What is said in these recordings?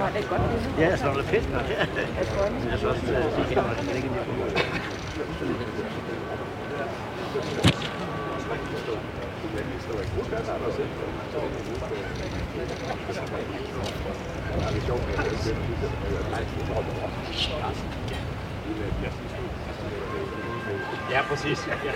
det er godt billede. Ja, så er det fedt. Jeg synes også, det kan man ikke lide. Ja, præcis. Ja.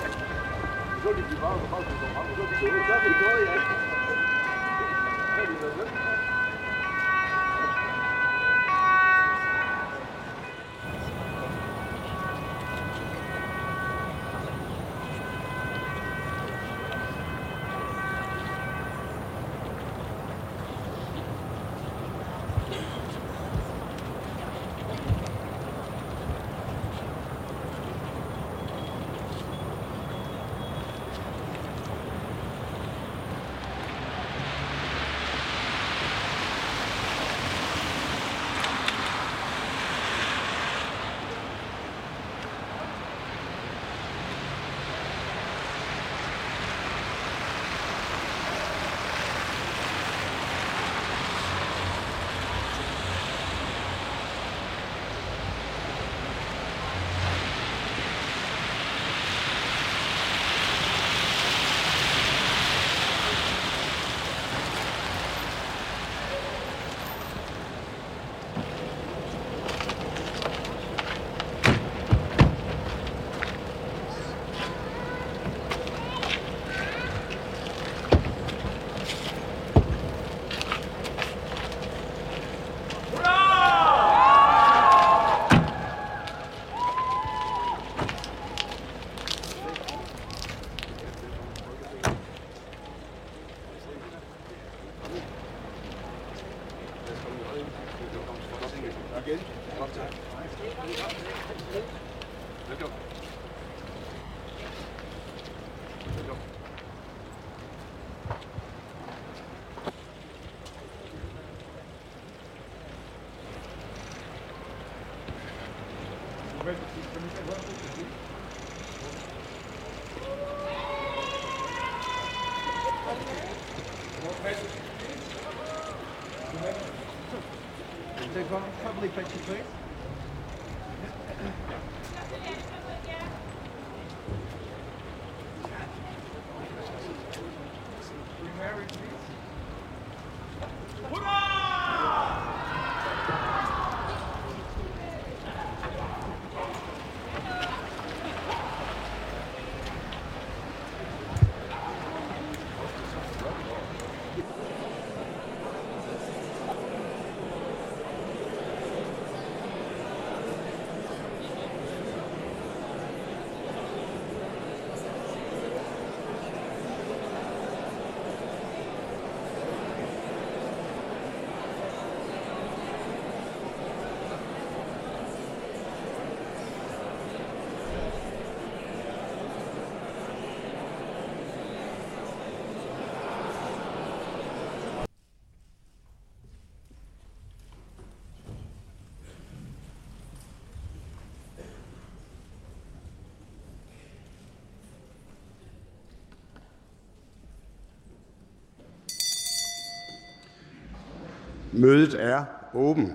Public picture, please. Mødet er åbent.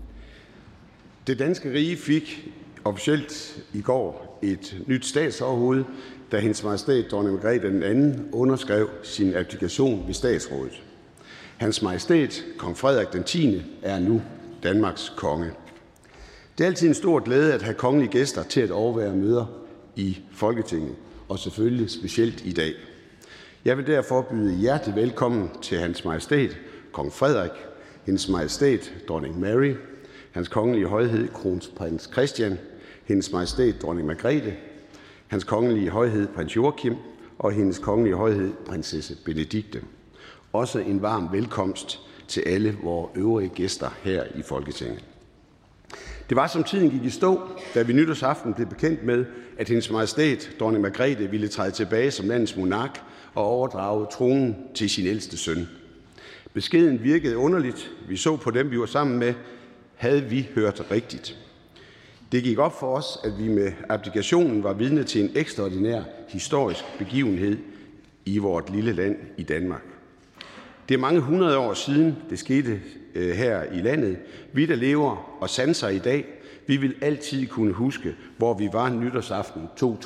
Det danske rige fik officielt i går et nyt statsoverhoved, da Hendes Majestæt Dronning Margrethe II underskrev sin abdikation ved statsrådet. Hans Majestæt Kong Frederik den 10. er nu Danmarks konge. Det er altid en stor glæde at have kongelige gæster til at overvære møder i Folketinget, og selvfølgelig specielt i dag. Jeg vil derfor byde hjertelig velkommen til Hans Majestæt Kong Frederik, Hendes Majestæt Dronning Mary, Hans Kongelige Højhed Kronprins Christian, Hendes Majestæt Dronning Margrethe, Hans Kongelige Højhed Prins Joachim og Hendes Kongelige Højhed Prinsesse Benedikte. Også en varm velkomst til alle vores øvrige gæster her i Folketinget. Det var som tiden gik i stå, da vi nytårsaften blev bekendt med, at Hendes Majestæt Dronning Margrethe ville træde tilbage som landets monark og overdrage tronen til sin ældste søn. Beskeden virkede underligt. Vi så på dem, vi var sammen med. Havde vi hørt rigtigt? Det gik op for os, at vi med abdikationen var vidne til en ekstraordinær historisk begivenhed i vort lille land i Danmark. Det er mange hundrede år siden, det skete her i landet. Vi, der lever og sanser i dag, vi vil altid kunne huske, hvor vi var nytårsaften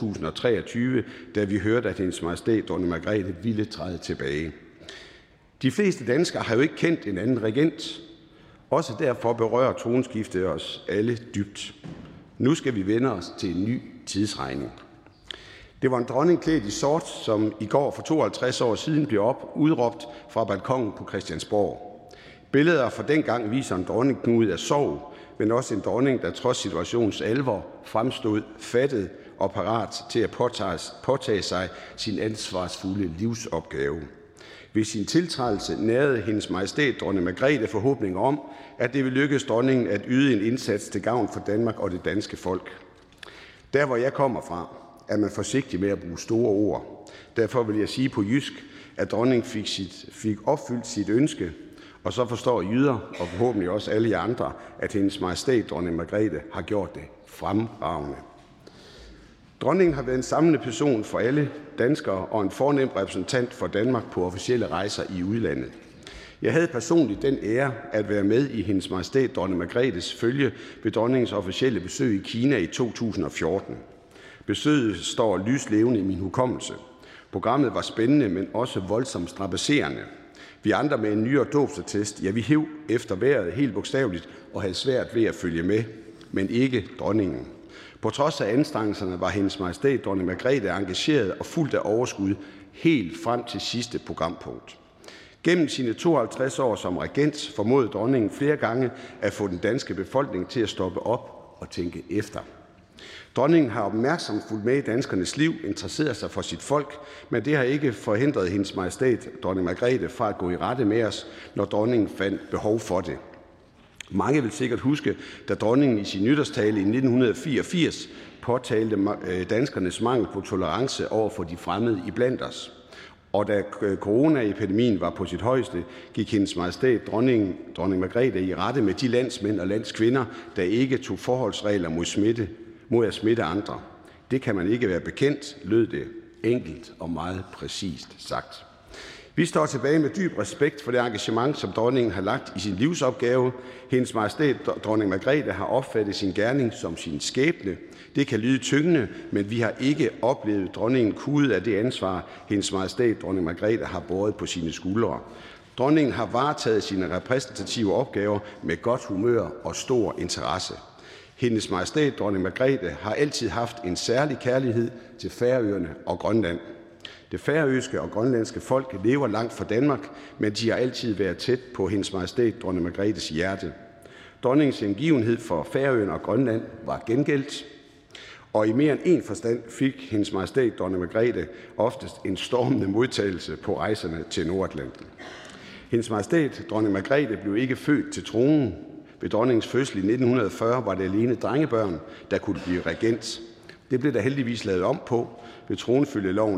2023, da vi hørte, at hendes majestæt dronning Margrethe ville træde tilbage. De fleste danskere har jo ikke kendt en anden regent. Også derfor berører tronskiftet os alle dybt. Nu skal vi vende os til en ny tidsregning. Det var en dronning klædt i sort, som i går for 52 år siden blev udråbt fra balkonen på Christiansborg. Billeder fra dengang viser en dronning knuget af sorg, men også en dronning, der trods situationens alvor fremstod fattet og parat til at påtage sig sin ansvarsfulde livsopgave. Ved sin tiltrædelse nærede hendes majestæt dronning Margrethe forhåbninger om, at det ville lykkes dronningen at yde en indsats til gavn for Danmark og det danske folk. Der, hvor jeg kommer fra, er man forsigtig med at bruge store ord. Derfor vil jeg sige på jysk, at dronningen fik opfyldt sit ønske, og så forstår jyder, og forhåbentlig også alle jer andre, at hendes majestæt dronning Margrethe har gjort det fremragende. Dronningen har været en samlende person for alle danskere og en fornem repræsentant for Danmark på officielle rejser i udlandet. Jeg havde personligt den ære at være med i hendes majestæt dronning Margrethes følge ved dronningens officielle besøg i Kina i 2014. Besøget står lyslevende i min hukommelse. Programmet var spændende, men også voldsomt strabasserende. Vi andre med en nyere dåbsattest, ja, vi hev efter vejret helt bogstaveligt og havde svært ved at følge med, men ikke dronningen. På trods af anstrengelserne var hendes majestæt dronning Margrethe engageret og fuldt af overskud helt frem til sidste programpunkt. Gennem sine 52 år som regent formåede dronningen flere gange at få den danske befolkning til at stoppe op og tænke efter. Dronningen har opmærksomt fulgt med i danskernes liv, interesseret sig for sit folk, men det har ikke forhindret hendes majestæt dronning Margrethe fra at gå i rette med os, når dronningen fandt behov for det. Mange vil sikkert huske, da dronningen i sin nytårstale i 1984 påtalte danskernes mangel på tolerance over for de fremmede iblandt os. Og da coronaepidemien var på sit højeste, gik hendes majestæt dronning Margrethe i rette med de landsmænd og landskvinder, der ikke tog forholdsregler mod at smitte andre. Det kan man ikke være bekendt, lød det enkelt og meget præcist sagt. Vi står tilbage med dyb respekt for det engagement, som dronningen har lagt i sin livsopgave. Hendes majestæt dronning Margrethe har opfattet sin gerning som sin skæbne. Det kan lyde tyngende, men vi har ikke oplevet dronningen kudet af det ansvar, hendes majestæt dronning Margrethe har båret på sine skuldre. Dronningen har varetaget sine repræsentative opgaver med godt humør og stor interesse. Hendes majestæt dronning Margrethe har altid haft en særlig kærlighed til Færøerne og Grønland. Det færøske og grønlandske folk lever langt fra Danmark, men de har altid været tæt på hendes majestæt dronning Margrethes hjerte. Dronningens hengivenhed for Færøerne og Grønland var gengældt, og i mere end en forstand fik hendes majestæt dronning Margrethe oftest en stormende modtagelse på rejserne til Nordatlanten. Hendes majestæt dronning Margrethe blev ikke født til tronen. Ved dronningens fødsel i 1940 var det alene drengebørn, der kunne blive regent. Det blev der heldigvis lavet om på. Ved tronfølgeloven i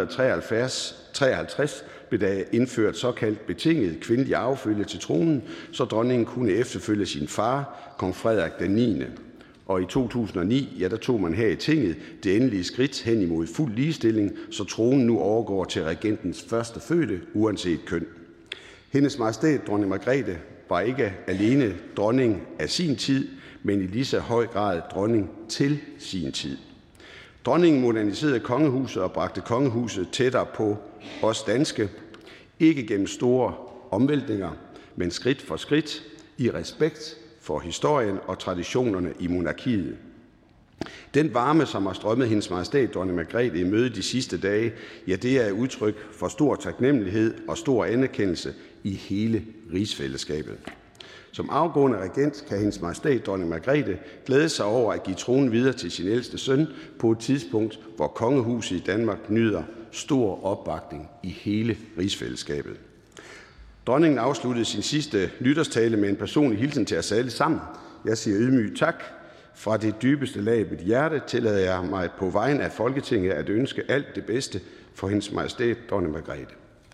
1953 blev der indført såkaldt betinget kvindelig arvefølge til tronen, så dronningen kunne efterfølge sin far, kong Frederik den 9. Og i 2009, der tog man her i tinget det endelige skridt hen imod fuld ligestilling, så tronen nu overgår til regentens første fødte, uanset køn. Hendes majestæt dronning Margrethe var ikke alene dronning af sin tid, men i lige så høj grad dronning til sin tid. Dronningen moderniserede kongehuset og bragte kongehuset tættere på os danske, ikke gennem store omvæltninger, men skridt for skridt i respekt for historien og traditionerne i monarkiet. Den varme, som har strømmet hendes majestæt dronning Margrethe i møde de sidste dage, ja, det er udtryk for stor taknemmelighed og stor anerkendelse i hele rigsfællesskabet. Som afgående regent kan hendes majestæt dronning Margrethe glæde sig over at give tronen videre til sin ældste søn på et tidspunkt, hvor kongehuset i Danmark nyder stor opbakning i hele rigsfællesskabet. Dronningen afsluttede sin sidste nytårstale med en personlig hilsen til os alle sammen. Jeg siger ydmygt tak. Fra det dybeste lag af mit hjerte tillader jeg mig på vegne af Folketinget at ønske alt det bedste for hendes majestæt dronning Margrethe.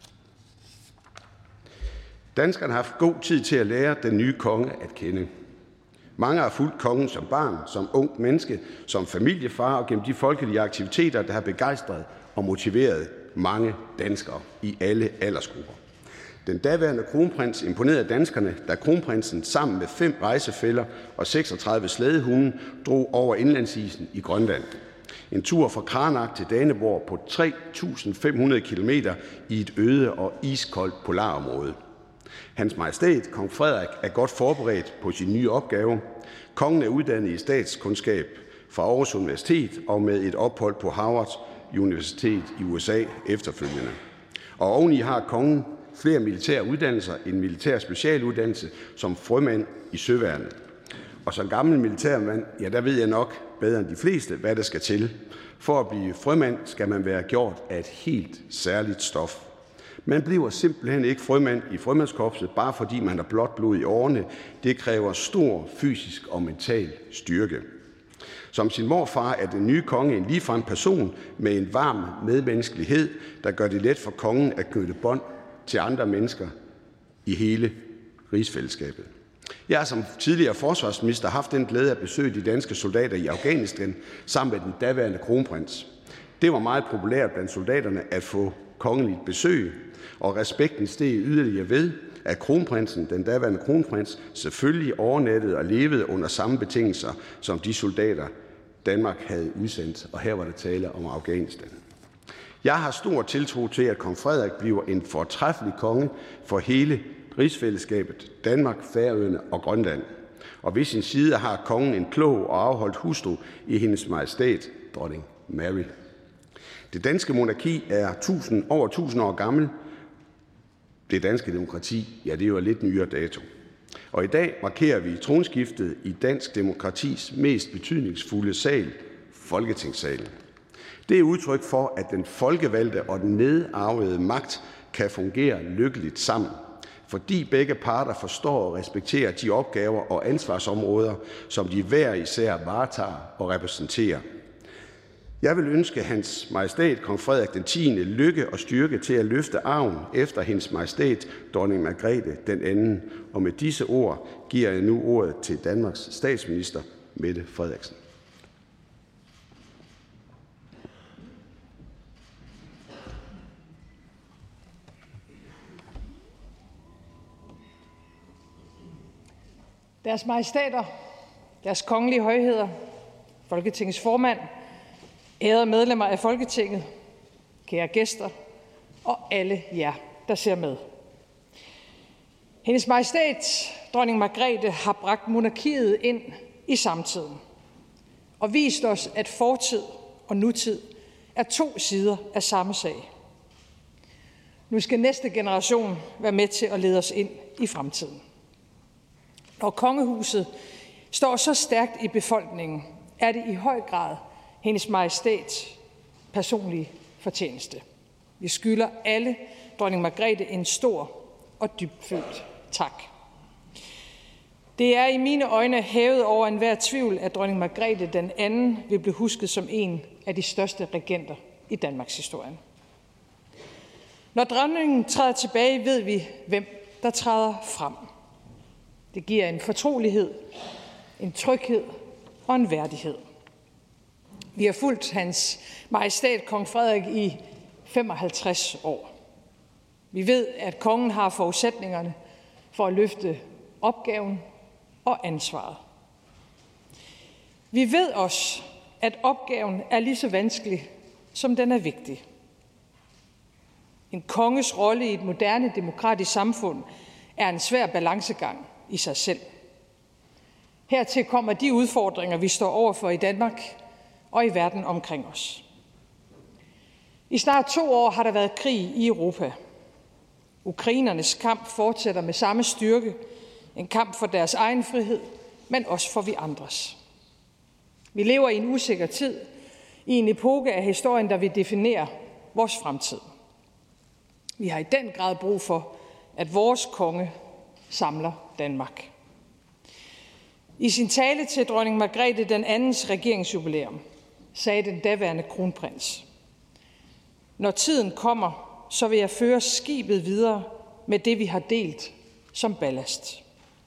Danskerne har haft god tid til at lære den nye konge at kende. Mange har fulgt kongen som barn, som ungt menneske, som familiefar og gennem de folkelige aktiviteter, der har begejstret og motiveret mange danskere i alle aldersgrupper. Den daværende kronprins imponerede danskerne, da kronprinsen sammen med 5 rejsefæller og 36 slædehunde drog over indlandsisen i Grønland. En tur fra Kranak til Daneborg på 3.500 km i et øde og iskoldt polarområde. Hans Majestæt, Kong Frederik, er godt forberedt på sin nye opgave. Kongen er uddannet i statskundskab fra Aarhus Universitet og med et ophold på Harvard Universitet i USA efterfølgende. Og oveni har kongen flere militære uddannelser, en militær specialuddannelse som frømand i Søværnet. Og som gammel militærmand, ja, der ved jeg nok bedre end de fleste, hvad der skal til. For at blive frømand skal man være gjort af et helt særligt stof. Man bliver simpelthen ikke frømand i frømandskorpset, bare fordi man har blåt blod i årene. Det kræver stor fysisk og mental styrke. Som sin morfar er den nye konge en ligefrem person med en varm medmenneskelighed, der gør det let for kongen at knytte bånd til andre mennesker i hele rigsfællesskabet. Jeg har som tidligere forsvarsminister haft den glæde at besøge de danske soldater i Afghanistan sammen med den daværende kronprins. Det var meget populært blandt soldaterne at få kongeligt besøg, og respekten steg yderligere ved, at kronprinsen, den daværende kronprins, selvfølgelig overnattede og levede under samme betingelser som de soldater, Danmark havde udsendt, og her var der tale om Afghanistan. Jeg har stor tiltro til, at kong Frederik bliver en fortræffelig konge for hele rigsfællesskabet, Danmark, Færøerne og Grønland. Og ved sin side har kongen en klog og afholdt hustru i hendes majestæt, dronning Mary. Det danske monarki er over 1000 år gammel. Det danske demokrati, ja, det er jo lidt nyere dato. Og i dag markerer vi tronskiftet i dansk demokratis mest betydningsfulde sal, Folketingssalen. Det er udtryk for, at den folkevalgte og den nedarvede magt kan fungere lykkeligt sammen, fordi begge parter forstår og respekterer de opgaver og ansvarsområder, som de hver især varetager og repræsenterer. Jeg vil ønske Hans Majestæt Kong Frederik den 10. lykke og styrke til at løfte arven efter Hendes Majestæt Dronning Margrethe den 2. Og med disse ord giver jeg nu ordet til Danmarks statsminister Mette Frederiksen. Deres majestæter, deres kongelige højheder, Folketingets formand, ærede medlemmer af Folketinget, kære gæster og alle jer, der ser med. Hendes Majestæt, Dronning Margrethe, har bragt monarkiet ind i samtiden og vist os, at fortid og nutid er 2 sider af samme sag. Nu skal næste generation være med til at lede os ind i fremtiden. Når kongehuset står så stærkt i befolkningen, er det i høj grad Hendes Majestæts personlige fortjeneste. Vi skylder alle dronning Margrethe en stor og dybfølt tak. Det er i mine øjne hævet over enhver tvivl, at dronning Margrethe den 2. vil blive husket som en af de største regenter i Danmarks historie. Når dronningen træder tilbage, ved vi, hvem der træder frem. Det giver en fortrolighed, en tryghed og en værdighed. Vi har fulgt Hans Majestæt Kong Frederik i 55 år. Vi ved, at kongen har forudsætningerne for at løfte opgaven og ansvaret. Vi ved også, at opgaven er lige så vanskelig, som den er vigtig. En konges rolle i et moderne demokratisk samfund er en svær balancegang i sig selv. Hertil kommer de udfordringer, vi står overfor i Danmark og i verden omkring os. I snart 2 år har der været krig i Europa. Ukrainernes kamp fortsætter med samme styrke. En kamp for deres egen frihed, men også for vi andres. Vi lever i en usikker tid, i en epoke af historien, der vil definere vores fremtid. Vi har i den grad brug for, at vores konge samler Danmark. I sin tale til dronning Margrethe den 2.s regeringsjubilæum sagde den daværende kronprins: Når tiden kommer, så vil jeg føre skibet videre med det, vi har delt som ballast.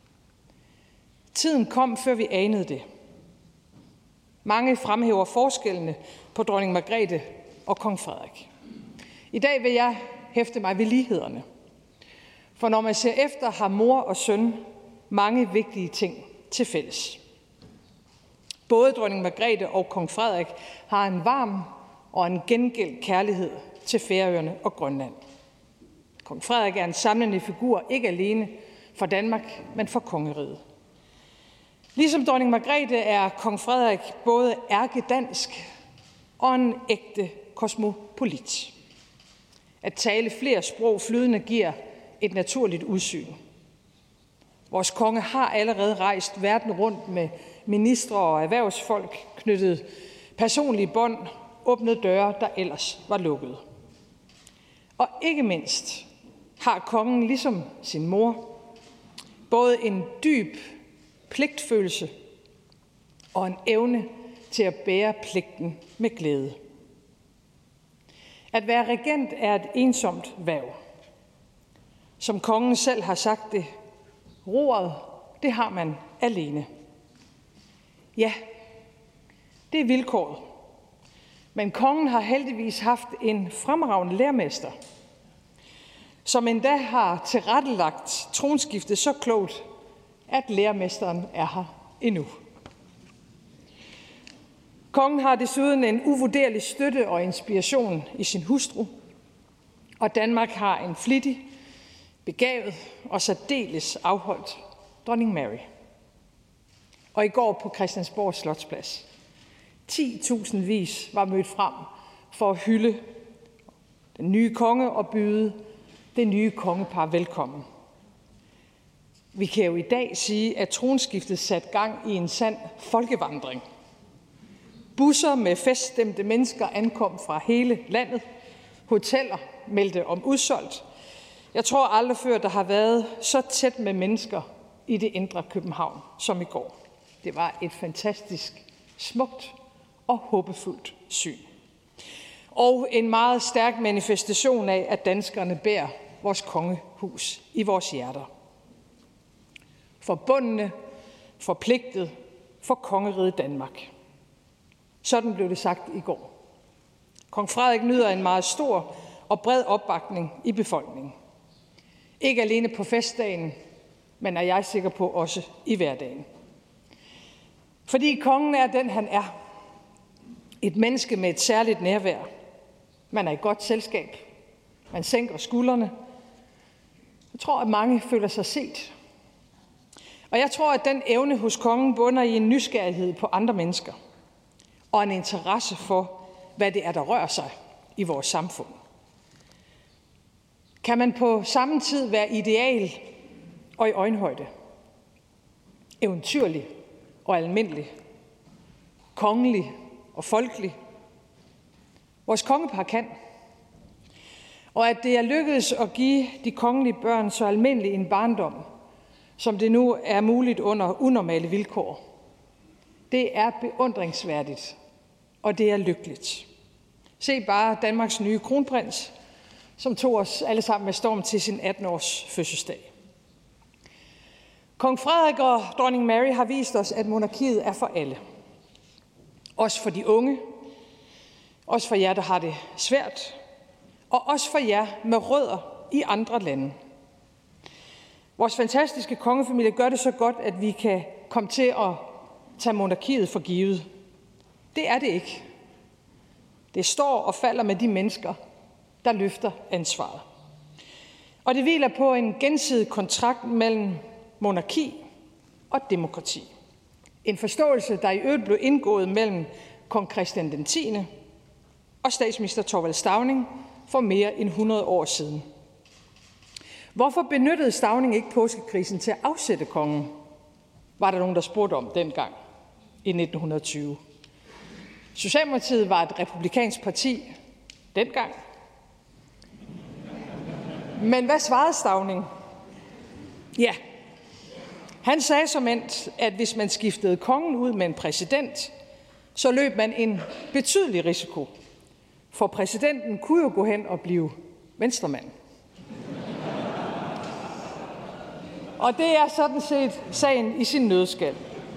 Tiden kom, før vi anede det. Mange fremhæver forskellene på dronning Margrethe og kong Frederik. I dag vil jeg hæfte mig ved lighederne. For når man ser efter, har mor og søn mange vigtige ting til fælles. Både dronning Margrethe og kong Frederik har en varm og en gengældt kærlighed til Færøerne og Grønland. Kong Frederik er en samlende figur, ikke alene for Danmark, men for kongeriget. Ligesom dronning Margrethe er kong Frederik både ærkedansk og en ægte kosmopolit. At tale flere sprog flydende giver et naturligt udsyn. Vores konge har allerede rejst verden rundt med ministre og erhvervsfolk, knyttet personlige bånd, åbnet døre, der ellers var lukkede. Og ikke mindst har kongen, ligesom sin mor, både en dyb pligtfølelse og en evne til at bære pligten med glæde. At være regent er et ensomt hverv. Som kongen selv har sagt det, roret, det har man alene. Ja, det er vilkåret. Men kongen har heldigvis haft en fremragende lærermester, som endda har tilrettelagt tronskiftet så klogt, at lærermesteren er her endnu. Kongen har desuden en uvurderlig støtte og inspiration i sin hustru, og Danmark har en flittig, begavet og særdeles afholdt dronning Mary. Og i går på Christiansborg Slotsplads. 10.000 vis var mødt frem for at hylde den nye konge og byde det nye kongepar velkommen. Vi kan jo i dag sige, at tronskiftet satte gang i en sand folkevandring. Busser med feststemte mennesker ankom fra hele landet. Hoteller meldte om udsolgt. Jeg tror aldrig før, der har været så tæt med mennesker i det indre København som i går. Det var et fantastisk, smukt og håbefuldt syn. Og en meget stærk manifestation af, at danskerne bærer vores kongehus i vores hjerter. Forbundne, forpligtet for kongeriget Danmark. Sådan blev det sagt i går. Kong Frederik nyder en meget stor og bred opbakning i befolkningen. Ikke alene på festdagen, men er jeg sikker på også i hverdagen. Fordi kongen er den, han er. Et menneske med et særligt nærvær. Man er i godt selskab. Man sænker skuldrene. Jeg tror, at mange føler sig set. Og jeg tror, at den evne hos kongen bunder i en nysgerrighed på andre mennesker. Og en interesse for, hvad det er, der rører sig i vores samfund. Kan man på samme tid være ideal og i øjenhøjde? Eventyrlig og almindelig? Kongelig og folkelig? Vores kongepar kan. Og at det er lykkedes at give de kongelige børn så almindelig en barndom, som det nu er muligt under unormale vilkår, det er beundringsværdigt, og det er lykkeligt. Se bare Danmarks nye kronprins, som tog os alle sammen med storm til sin 18-års fødselsdag. Kong Frederik og dronning Mary har vist os, at monarkiet er for alle. Også for de unge, også for jer, der har det svært, og også for jer med rødder i andre lande. Vores fantastiske kongefamilie gør det så godt, at vi kan komme til at tage monarkiet for givet. Det er det ikke. Det står og falder med de mennesker, der løfter ansvaret. Og det hviler på en gensidig kontrakt mellem monarki og demokrati. En forståelse, der i øvrigt blev indgået mellem kong Christian den 10. og statsminister Thorvald Stauning for mere end 100 år siden. Hvorfor benyttede Stauning ikke påskekrisen til at afsætte kongen? Var der nogen, der spurgte om dengang i 1920. Socialdemokratiet var et republikansk parti dengang. Men hvad svarede Stauning? Ja, han sagde såmænd, at hvis man skiftede kongen ud med en præsident, så løb man en betydelig risiko. For præsidenten kunne jo gå hen og blive venstremand. Og det er sådan set sagen i sin nøddeskal.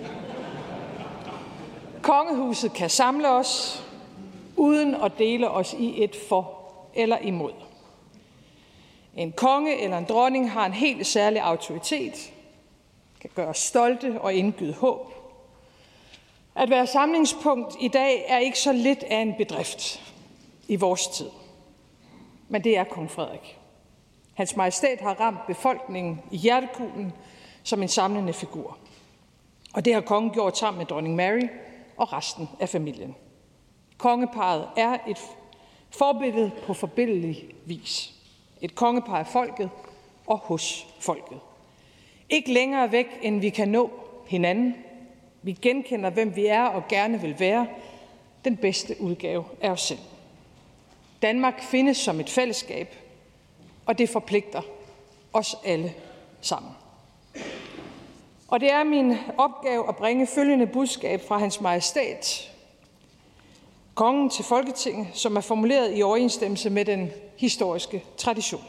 Kongehuset kan samle os, uden at dele os i et for eller imod. En konge eller en dronning har en helt særlig autoritet, kan gøre os stolte og indgyde håb. At være samlingspunkt i dag er ikke så lidt af en bedrift i vores tid. Men det er kong Frederik. Hans Majestæt har ramt befolkningen i hjertekuglen som en samlende figur. Og det har kongen gjort sammen med dronning Mary og resten af familien. Kongeparret er et forbillede på forbilledlig vis. Et kongepar af folket og hos folket. Ikke længere væk, end vi kan nå hinanden. Vi genkender, hvem vi er og gerne vil være. Den bedste udgave af os selv. Danmark findes som et fællesskab, og det forpligter os alle sammen. Og det er min opgave at bringe følgende budskab fra Hans Majestæt, kongen, til Folketinget, som er formuleret i overensstemmelse med den historiske tradition.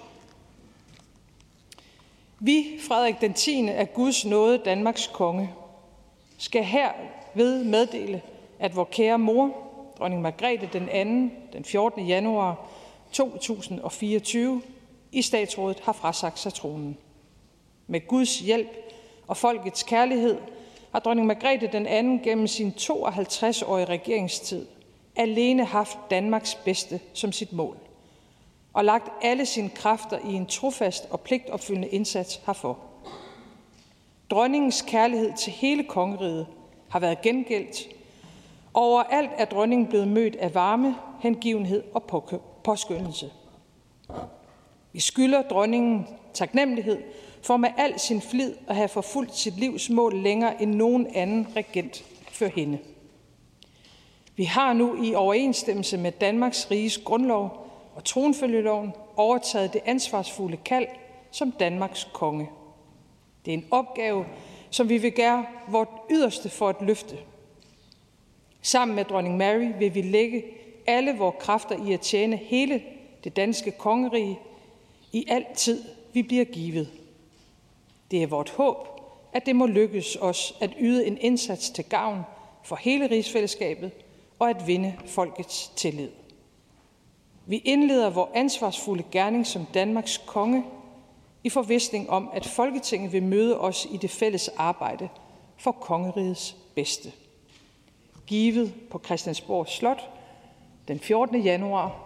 Vi, Frederik den 10. af Guds nåde, Danmarks konge, skal herved meddele, at vor kære mor, dronning Margrethe den 2. den 14. januar 2024, i statsrådet har frasagt sig tronen. Med Guds hjælp og folkets kærlighed har dronning Margrethe den 2. gennem sin 52-årige regeringstid alene haft Danmarks bedste som sit mål og lagt alle sine kræfter i en trofast og pligtopfyldende indsats herfor. Dronningens kærlighed til hele kongeriget har været gengældt. Overalt er dronningen blevet mødt af varme, hengivenhed og påskønnelse. Vi skylder dronningen taknemmelighed for med al sin flid at have forfulgt sit livs mål længere end nogen anden regent før hende. Vi har nu i overensstemmelse med Danmarks Riges grundlov og tronfølgeloven overtaget det ansvarsfulde kald som Danmarks konge. Det er en opgave, som vi vil gøre vort yderste for at løfte. Sammen med dronning Mary vil vi lægge alle vores kræfter i at tjene hele det danske kongerige i al tid, vi bliver givet. Det er vort håb, at det må lykkes os at yde en indsats til gavn for hele rigsfællesskabet og at vinde folkets tillid. Vi indleder vores ansvarsfulde gerning som Danmarks konge i forvisning om, at Folketinget vil møde os i det fælles arbejde for kongerigets bedste. Givet på Christiansborg Slot den 14. januar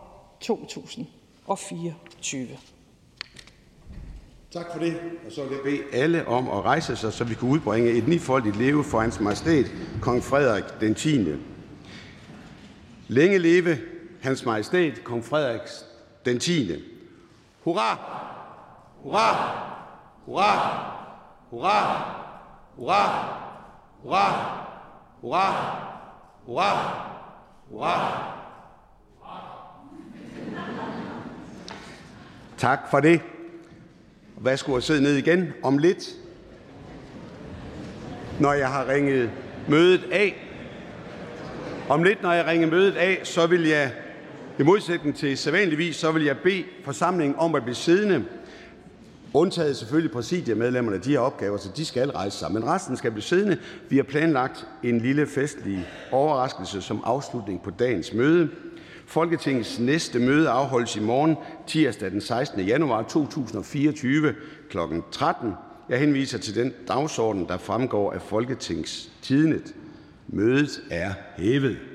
2024. Tak for det. Og så vil jeg bede alle om at rejse sig, så vi kan udbringe et nifoldigt leve for Hans Majestæt, kong Frederik den 10. Længe leve Hans Majestæt, kong Frederik den 10. Hurra! Hurra! Hurra! Hurra! Hurra! Hurra! Hurra! Hurra! Hurra! Tak for det. Værsgo at sidde ned igen om lidt, når jeg har ringet mødet af. Om lidt, når jeg ringer mødet af, så vil jeg, i modsætning til sædvanligvis, så vil jeg bede forsamlingen om at blive siddende. Undtaget selvfølgelig præsidiemedlemmerne, de har opgaver, så de skal rejse sig. Men resten skal blive siddende. Vi har planlagt en lille festlig overraskelse som afslutning på dagens møde. Folketingets næste møde afholdes i morgen, tirsdag den 16. januar 2024 kl. 13. Jeg henviser til den dagsorden, der fremgår af Folketingstidende. Mødet er hævet.